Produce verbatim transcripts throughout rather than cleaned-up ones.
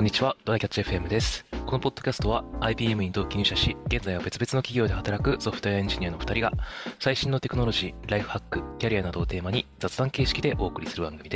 こんにちは、ドライキャッチ エフエム です。このポッドキャストは アイビーエム に同期入社し、現在は別々の企業で働くソフトウェアエンジニアのふたりが、最新のテクノロジー、ライフハック、キャリアなどをテーマに雑談形式でお送りする番組です。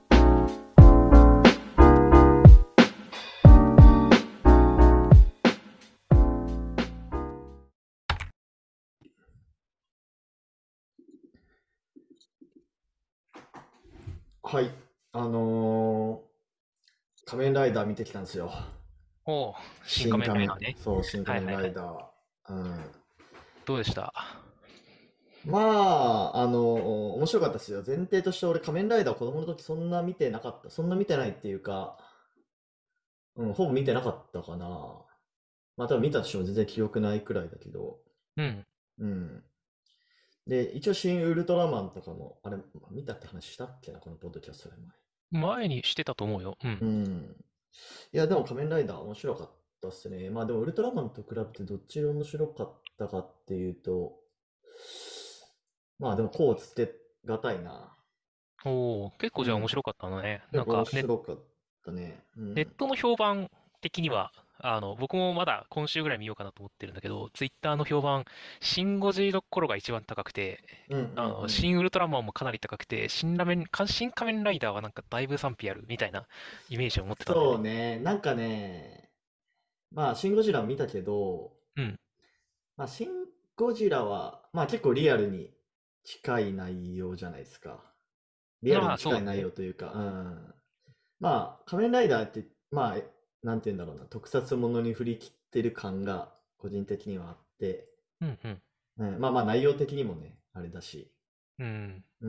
はい、あのー仮面ライダー見てきたんですよ。 おー、新仮新仮面、 面ライダーね。 そう、新仮面はいはいはい。 ライダー。うん。 どうでした？ まあ、あのー面白かったですよ。前提として俺仮面ライダー子供の時そんな見てなかった。そんな見てないっていうか、うん、ほぼ見てなかったかな。まあ多分見たとしても全然記憶ないくらいだけど。 うん。 うん。で、一応新ウルトラマンとかも、あれ、見たって話したっけな、このポッドキャストで前にしてたと思うよ。う前。うん。 ん。いや、でも仮面ライダー面白かったっすね。まあでもウルトラマンと比べてどっちが面白かったかっていうと、まあでもこうつけがたいな。 おー、結構じゃあ面うん。 白かったのね。な結構面んかネ、 白かったね。うん。 ネットの評判的には、あの、僕もまだ今週ぐらい見ようかなと思ってるんだけど、ツイッターの評判、シン・ゴジの頃が一番高くて、 うんうんあの、 うん。 シン・ウルトラマンもかなり高くて、新ラメン、か新仮面ライダーはなんかだいぶ賛否あるみたいなイメージを持ってたんだよね。 そうね。なんかね、まあシン・ゴジラ見たけど、 うん。 まあシン・ゴジラは、まあ結構リアルに近い内容じゃないですか。リアルまあ、 に近いそうだね。 内容というか、うん。まあ、仮面ライダーって、まあ、えなんて言うんだろうな、特撮ものに振り切ってる感が個人的にはあって、 うんうん。 うん、まあまあ内容的にもね、あれだし、 うん。 うん。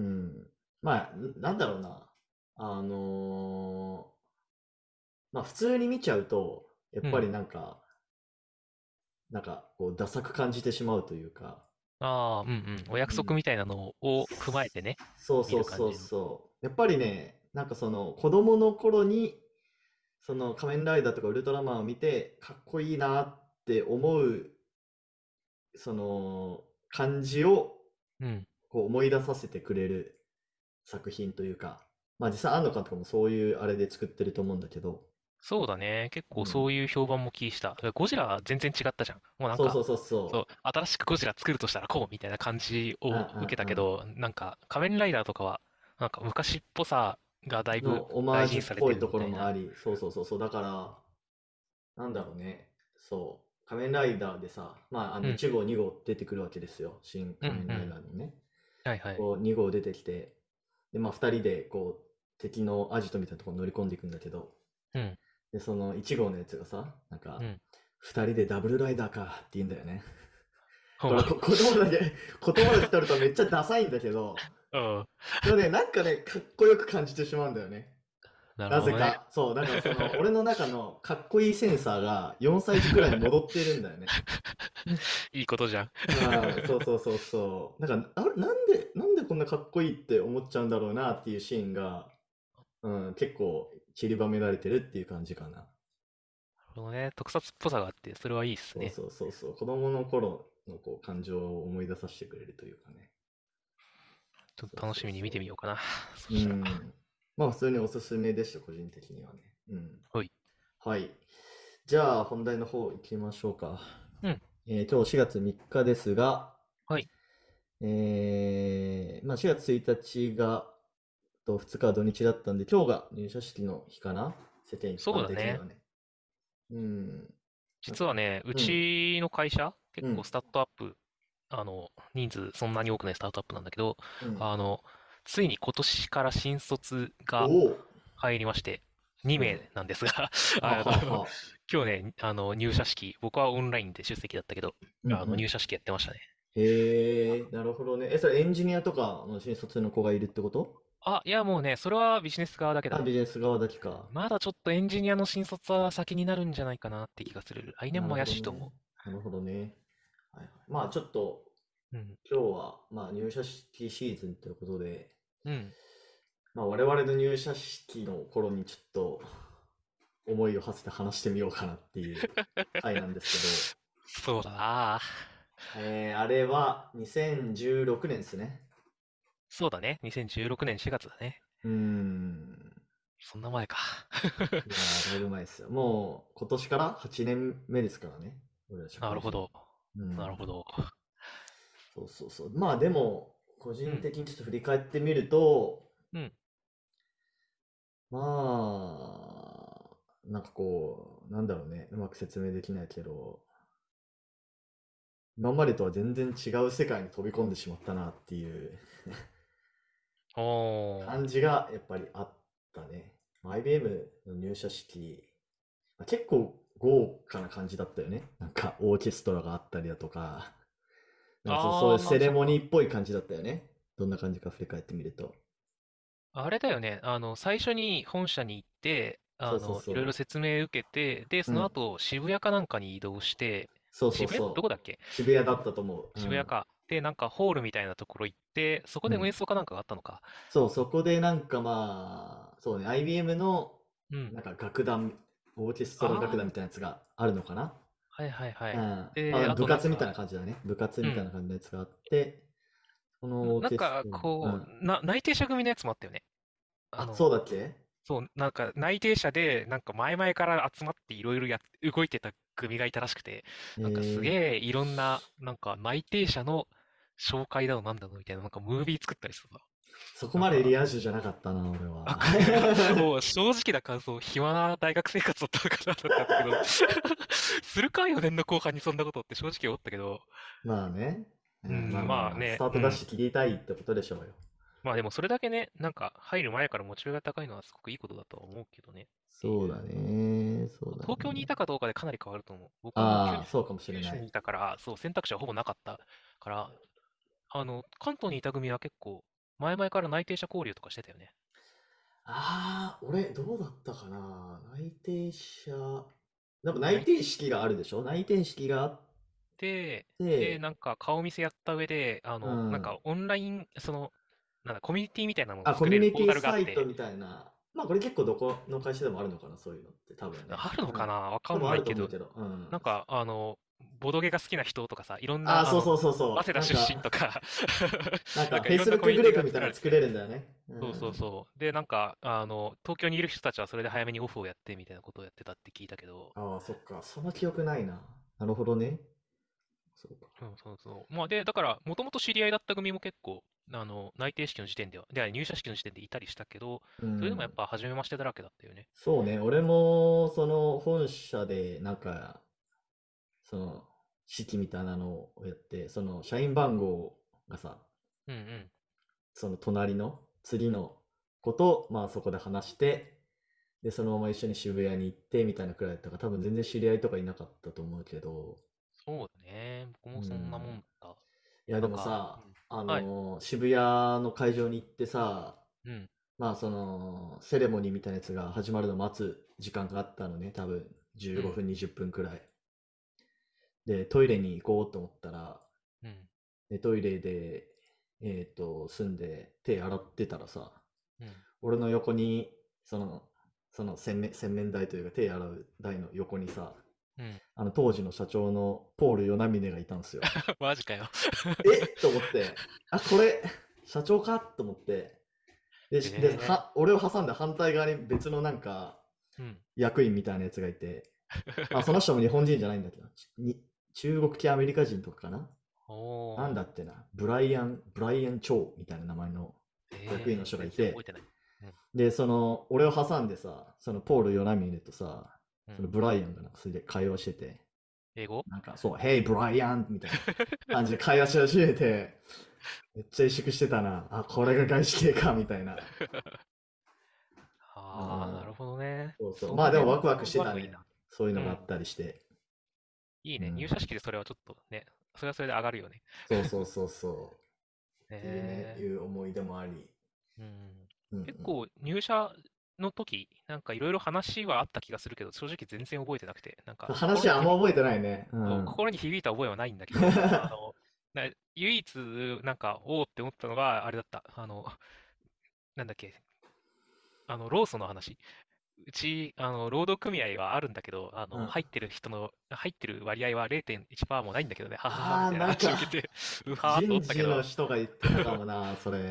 まあ、んなんだろうな、あのーまあ普通に見ちゃうと、やっぱうん。 りなんか、なんかこう、ダサく感じてしまうというか、 ああ、うんうん。お約うん。 束みたいなのを踏まえてね、 そう見そうそうる感じの。 そう。やっぱりね、なんかその子供の頃にその仮面ライダーとかウルトラマンを見てかっこいいなって思うその感じをうん。 こう思い出させてくれる作品というか、まあ実際庵野監督もそういうあれで作ってると思うんだけど、 そうだね。結構うん、 そういう評判も聞いした。ゴジラは全然違ったじゃん。もうなんか、 そうそうそうそう、 そ新しくゴジラ作るとしたらこうみたいな感じう、うんを受けたうんうけど、なんか仮面ライダーとかは、なんか昔っぽさがだいん、のぶオマージュっ大事にされてぽいところるみたいな。 もあり、そうそうそうそう、だからなんだろうね、そう仮面ライダーでさ、まああのうん、 いち号に号出てくるわけですよ、新うん、 仮面ライうん。 ダーのね。 はいはい。 こうに号出てきて、で、まあふたりでこう敵のアジトみたいなところに乗り込んでいくんだけど、 うん、 で、そのいち号のやつがさ、なんか、 うん。 ふたりでダブルライダーかって言うんだよね。こほう。 れこ言葉だけ、言葉だけ取るとめっちゃダサいんだけど、 うん。 でもね、なんかね、かっこよく感じてしまうんだよね。 なるほどね。 なぜか。そう、だからその、俺の中のかっこいいセンサーがよんさい児くらいに戻ってるんだよね。 いいことじゃん。 うん、そうそうそうそう。なんか、あれ、なんで、なんでこんなかっこいいって思っちゃうんだろうなっていうシーンが、うん、結構散りばめられてるっていう感じかな。 なるほどね。特撮っぽさがあって、それはいいっすね。 そうそうそうそう。子供の頃のこう感情を思い出させてくれるというかね。 ちょっそうと楽しみに見てそうそみようかな。そう。うしたら。 ん。まあ普通におすすめでした、個人的にはね。うん。 はい。 はい。じゃあ本題の方行きましょうか。 うん。 えー今日しがつみっかですが、 はい。 えーまあしがつついたちが、とふつかは土日だったんで、今日が入社式の日かな、世間一般そうだね。 的にはね。うん。な実はね、ううん。 ちの会社、結うん。 構スタートアップ、あの、人数そんなに多くないスタートアップなんだけど、 うん。 あの、ついに今年から新卒がおお。 入りまして、 うん。 に名なんですが、 はあ、 あの、 はあはあ。 今日ね、あの、入社式、僕はオンラインで出席だったけど、あの、 うんうん。 入社式やってましたね。 へえ、なるほどね。え、それエンジニアとかの新卒の子がいるってこと？ あ、いやもうね、それはビジネス側だけだあ、 ね。 ビジネス側だけか。 まだちょっとエンジニアの新卒は先になるんじゃないかなって気がする。来年もなるほ怪しいと思どね。なるほどね。はいはい。まあちょっと、 う。うん。 今日は、まあ入社式シーズンということで、 うん。 まあ我々の入社式の頃にちょっと思いを馳せて話してみようかなっていう回なんですけど、 そうだな。 えー、あれはにせんじゅうろくねんですね。 そうだね。にせんじゅうろくねんしがつだね。 うーん。 そんな前か。 いやー、だいぶ前ですよ。もう、今年からはちねんめですからね。俺ら社会人。 なるほど。 うん。 なるほど。 そうそうそう。まあでも、個うん。 人的にちょっと振り返ってみると、 うん。 まあ、なんかこう、なんだろうね。うまく説明できないけど、今までとは全然違う世界に飛び込んでしまったなっていうおー。 感じがやっぱりあったね。まあ アイビーエム の入社式、まあ結構豪華な感じだったよね。なんかオーケストラがあったりだとか、なんかそうそういうああ、そっか。 セレモニーっぽい感じだったよね。どんな感じか振り返ってみると。 あれだよね。あの、最初に本社に行って、 そうそうあの、いろいろそ説明受けて、で、 う。うん。 その後、渋谷かなんかに移動して、 そうそう渋谷どそう。 こだっけ？ 渋谷だったと思う。うん。 渋谷か。で、なんかホールみたいなところ行って、そこで演うん。 奏かなんかがあったのか。 そう、そこでなんかまあ、そうね、アイビーエム のうん。 なんか楽団、オーケストラ楽団あみたいなやつがあるのかな。 あ、はいはいはい。 うん。まで、 ああ部活みたいとなんか、 な感じだね。部活うん。 みたいな感じのやつがあって、このオーなんか、 ケストラ、うこん。 う、な、内定者組のやつもあったよね。ああ、 の、 そうだっけ。 そう、なんか内定者で、なんか前々から集まっていろいろやっ、動いてた組がいたらしくて、なんかすえげえいろんな、なんか内定者の紹介だのなんだのみたいな、なんかムービー作ったりするな。 ー、そこまでなんか、 リア充じゃなかったな、俺あ、 は。 これもう正直な感想、暇な大学生活だったのかなとかだったけど、するかよねんの後半にそんなことって正直思ったけど、 まあね。うん、まあうん、 まあまあ、スまあね、 タートダッうん。 シュ切りたいってことでしょうよ。 まあでもそれだけね、なんか入る前からモチベが高いのはすごくいいことだとは思うけどねっていう。 そうだね。そうだ東京にいね。 たかどうかでかなり変わると思う。僕はもう九ああ、 州、 そうかもしれ九州ない。 にいたから、そう、選択肢はほぼなかったから、あの、関東にいた組は結構、前々から内定者交流とかしてたよね。 ああ、俺、どうだったかな。内定者、なんか内内定式があるでしょ。内定式があっ定、で、 て、 なんか顔見せやった上で、あの、なんうん。 かオンライン、その、なんだ、コミュニティみたいなのをあ、コ作れるポータミュニティルがあって、 サイトみたいな。まあ、これ結構どこの会社でもあるのかな、そういうのって多分ね。 あるのうん。 かなわか多分あんないけど、 ると思うけど。うん。 なんか、あの、ボドゲが好きな人とかさ、いろんああ、 な、あの、 そうそうそうそう。 早稲田出なんか、 身とかなんかなんかいろんなコミ Facebook ュニティがグループみたいなの作れ作られて、 るんだよね。うそうそうん。 そう。で、なんか、あの、東京にいる人たちはそれで早めにオフをやってみたいなことをやってたって聞いたけど、 ああ、そっか。その記憶ないな。なるほどね。そうか。 そうそうそう。まあ、で、だから、もともと知り合いだった組も結構、あの、内定式の時点では、で、入社式の時点でいたりしたけど、 うん。 それでもやっぱ初めましてだらけだったよね。 そうね。俺も、その本社で、なんか、その、式みたいなのをやって、その、社員番号がさ、 うんうん。 その隣の次の子と、まあそこで話して、で、そのまま一緒に渋谷に行ってみたいなくらいだったから、多分全然知り合いとかいなかったと思うけど、 そうだね。僕うもそんなもん。 んだ。 いや、でなんか、うもさ、 ん、 あはい。 のー渋谷の会場に行ってさ、 うん。 まあその、セレモニーみたいなやつが始まるのを待つ時間があったのね、多分15 うん。 分、にじゅっぷんくらい。で、トイレに行こうと思ったら、 うん。 でトイレで、えっと、住んで手洗ってたらさ、 うん。 俺の横に、その、その洗面、洗面台というか手洗う台の横にさ、 うん。 あの当時の社長のポール与那嶺がいたんですよ。 マジかよ。 えっと思って、あ、これ、社長かと思って、で、しで、 えは、俺を挟んで反対側に別のなんか、 ー、うん。 役員みたいなやつがいて、まあその人も日本人じゃないんだけど、ちに中国系アメリカ人とかかな。なんだおー。 っけな、ブライアン、ブライアン・チョウみたいな名前の役員のえー、全人がいて、 然覚えてない。うん。 で、その、俺を挟んでさ、そのポール・ヨナミネとさ、 うん。 そのブライアンがなんかそれで会話してて、 英語？ なんかそう、Hey, ブライアンみたいな感じで会話し始めて、めっちゃ萎縮してたな。あ、これが外資系か、みたいな。うああ、なん。 るほどね。 そうそう。 そまあでもの辺ワクワクしてたね。 はあるのいいな。 そういううん。 のがあったりして。 いいね。入うん。 社式でそれはちょっとね、それはそれで上がるよね。 そうそうそうそう。っていうね、 えいう思い出もあり。 ー、うん。 うんうん。 結構入社の時、なんかいろいろ話はあった気がするけど、正直全然覚えてなくて、なんか心に響い、 話はあんま覚えてないね。うそうん。 心に響いた覚えはないんだけど、あの、な唯一、なんか、おおって思ったのが、あれだった。あの、なんだっけ、あの、労組の話。うち、あの、労働組合はあるんだけど、あの、 うん。 入ってる人の、入ってる割合はれいてんいちパーセントもないんだけどね、ははは、みあー、 たいななんか話を受けて、うはーっと思人事のったけど、 人が言ってたかもな、それ。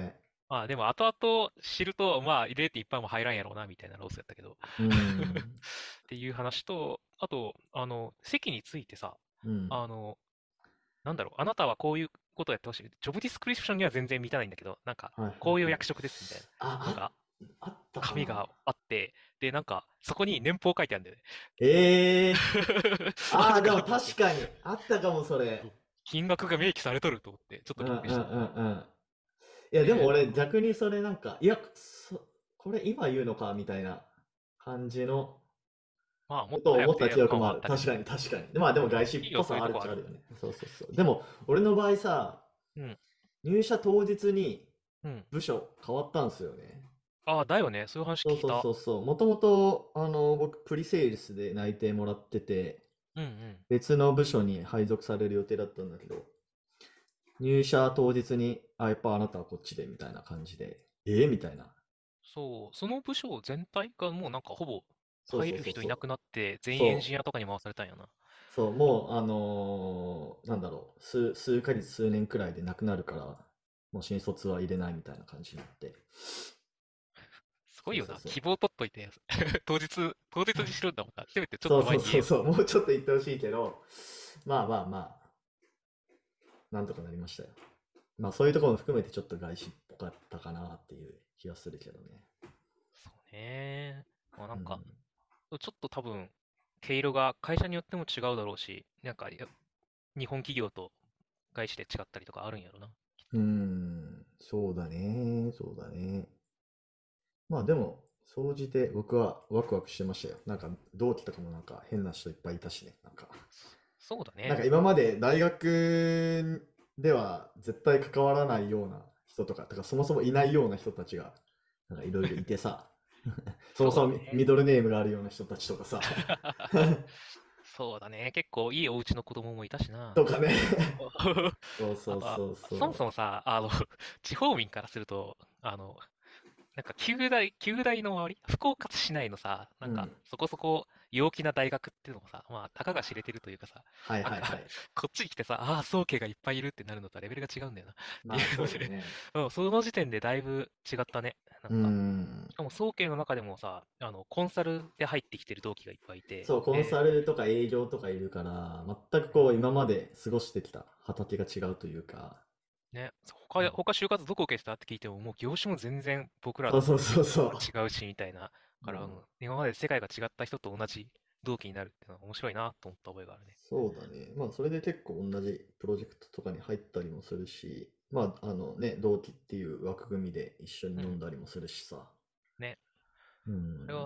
まあでも後々知ると、まあ入れていっぱいも入らんやろうな、みたいなロースやったけど。 うん。 っていう話と、あと、あの、席についてさ、 うん。 あの、なんだろう、あなたはこういうことをやってほしい。ジョブディスクリプションには全然満たないんだけど、なんか、 はいはいはい。 こういう役職ですみたいなのあ、 が、 あ、あったかな。 紙があって、で、なんか、そこに年俸書いてあるんだよね。 ええー。 マジああ、でもかと思って。 確かに。あったかも、それ。 そう金額が明記されとると思って、ちょっとうんうんうびっくりした。 んうん。いや、でもで、 俺逆にそれなんか、いや、そ、これ今言うのかみたいな感じのまあ、もっとことを思った早くてやる記憶もある。 感はあったけど、 確かに確かに。でまあでも外資っ企業そういうぽさあるっとこあるよね。 ちゃあるよね。そうそうそう。でも、俺の場合さ、 うん、 入社当日にうん。 部署変わったんですよね。 ああ、だよね。そういう話そうそう聞いた。 そうそう。もともと、あの、僕、プリセールスで内定もらってて、 うんうん。 別の部署に配属される予定だったんだけど、入社当日に、あ、やっぱあなたはこっちで、みたいな感じで、えーみたいな。 そう、その部署全体がもうなんかほぼそう入そうそうそう。 れる人いなくなって、全員エンジそう。 ニアとかに回されたんやな。 そう、もう、あのーなんだろう、数、数ヶ月、数年くらいでなくなるから、もう新卒は入れないみたいな感じになって。 すごいよな。 そうそうそう。 希望取っといて、当日、当日にしろんだもんな。せめてちょっそうと前に言えよ。 そうそうそう、もうちょっと言ってほしいけど、まあまあまあ、なんとかなりましたよ。まあそういうところも含めてちょっと外資っぽかったかなっていう気がするけどね。 そうね。まあなうん。 んか、ちょっと多分、毛色が会社によっても違うだろうし、なんか、や日本企業と外資で違ったりとかあるんやろな、きっうーと。 ん、そうだね、そうだね。まあでも、総じて僕はワクワクしてましたよ。なんか同期とかもなんか変な人いっぱいいたしね。なんか、 そそうだね。 なんか今まで大学では絶対関わらないような人とか、とかそもそもいないような人たちが、なんかいろいろいてさ、そもそもミそうだね。 ミドルネームがあるような人たちとかさ、 そうだね。結構いいお家の子供もいたしな。 とかね。そうあとは、 そうそうそもそそもさ、あの、地方民からすると、あの、なんか、旧大、旧大の周り、福岡市内のさ、なう。うんか、 ん。 そこそこ陽気な大学っていうのもさ、まあ、たかが知れてるというかさ、 はいなんか、 はいはい。 こっちに来てさ、ああ、宗家がいっぱいいるってなるのとはレベルが違うんだよな。っていまあうので、 そうだね。 うん、その時点でだいぶ違ったね。なんうーか、 ん。 しかも宗家の中でもさ、あの、コンサルで入ってきてる同期がいっぱいいて、 そう、コンで、 サルとか営業とかいるから、全くこう今まで過ごしてきた畑が違うというか、 ね、 うん。 他、他就活どこ受けてたって聞いても、もう業種も全然僕らとそうそうそうそ違うし、みたいな。 う。 から、うん、 うん。 今まで世界が違った人と同じ同期になるっていうのは面白いなと思った覚えがあるね。 そうだね。まあ、それで結構同じプロジェクトとかに入ったりもするし、まあ、あのね、同期っていう枠組みで一緒にうん。 飲んだりもするしさ。 ね。 うん。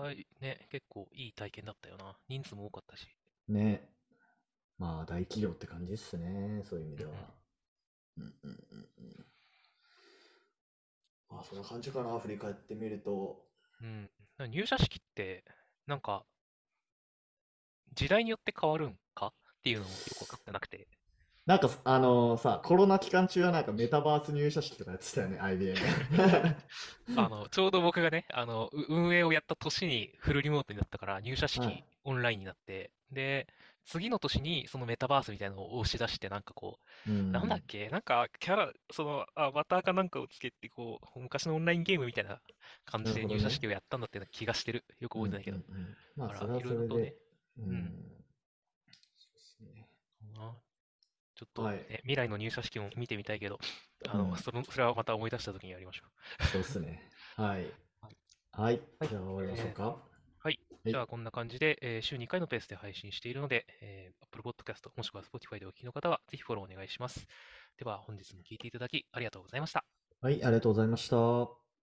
あれはね、結構いい体験だったよな。人数も多かったし。 ね。まあ、大企業って感じっすね。そういう意味うんうん。 では。うんうんうんうん。まあ、そんな感じかな、振り返ってみると。 うん。な入社式って、なんか、時代によって変わるんかっていうのもよくわかってなくて。 なんか、あのさ、コロナ期間中はなんかメタバース入社式とかやってたよね、アイビーエム。 あの、ちょうど僕がね、あの、う運営をやった年にフルリモートになったから入社はい。 式オンラインになって、で、次の年にそのメタバースみたいなのを押し出して、なんかこうう、なんだっん。 けなんかキャラ、その、アバターかなんかをつけて、こう、昔のオンラインゲームみたいな感なじで入社るほどね。 式をやったんだっていう気がしてる。よくうんうん覚えてないけど。 うん。まあ、 だから、 それはいろいろとね、 それで、ううん、 ん。そうっすね。 そうなちょっと、 はい。 ね、未来の入社式も見てみたいけど、あの、 うん。 その、それはまた思い出した時にやりましょそうっすね。はい。 う。はい。 はい。 はい。 じゃあ終わりましょうえーか。 はい。 はい。 じゃあ、こんな感じで、えー週にかいのペースで配信しているので、えー Apple Podcast もしくは Spotify でお聞きの方は、ぜひフォローお願いします。では、本日も聞いていただきありがとうございました。 はい、ありがとうございました。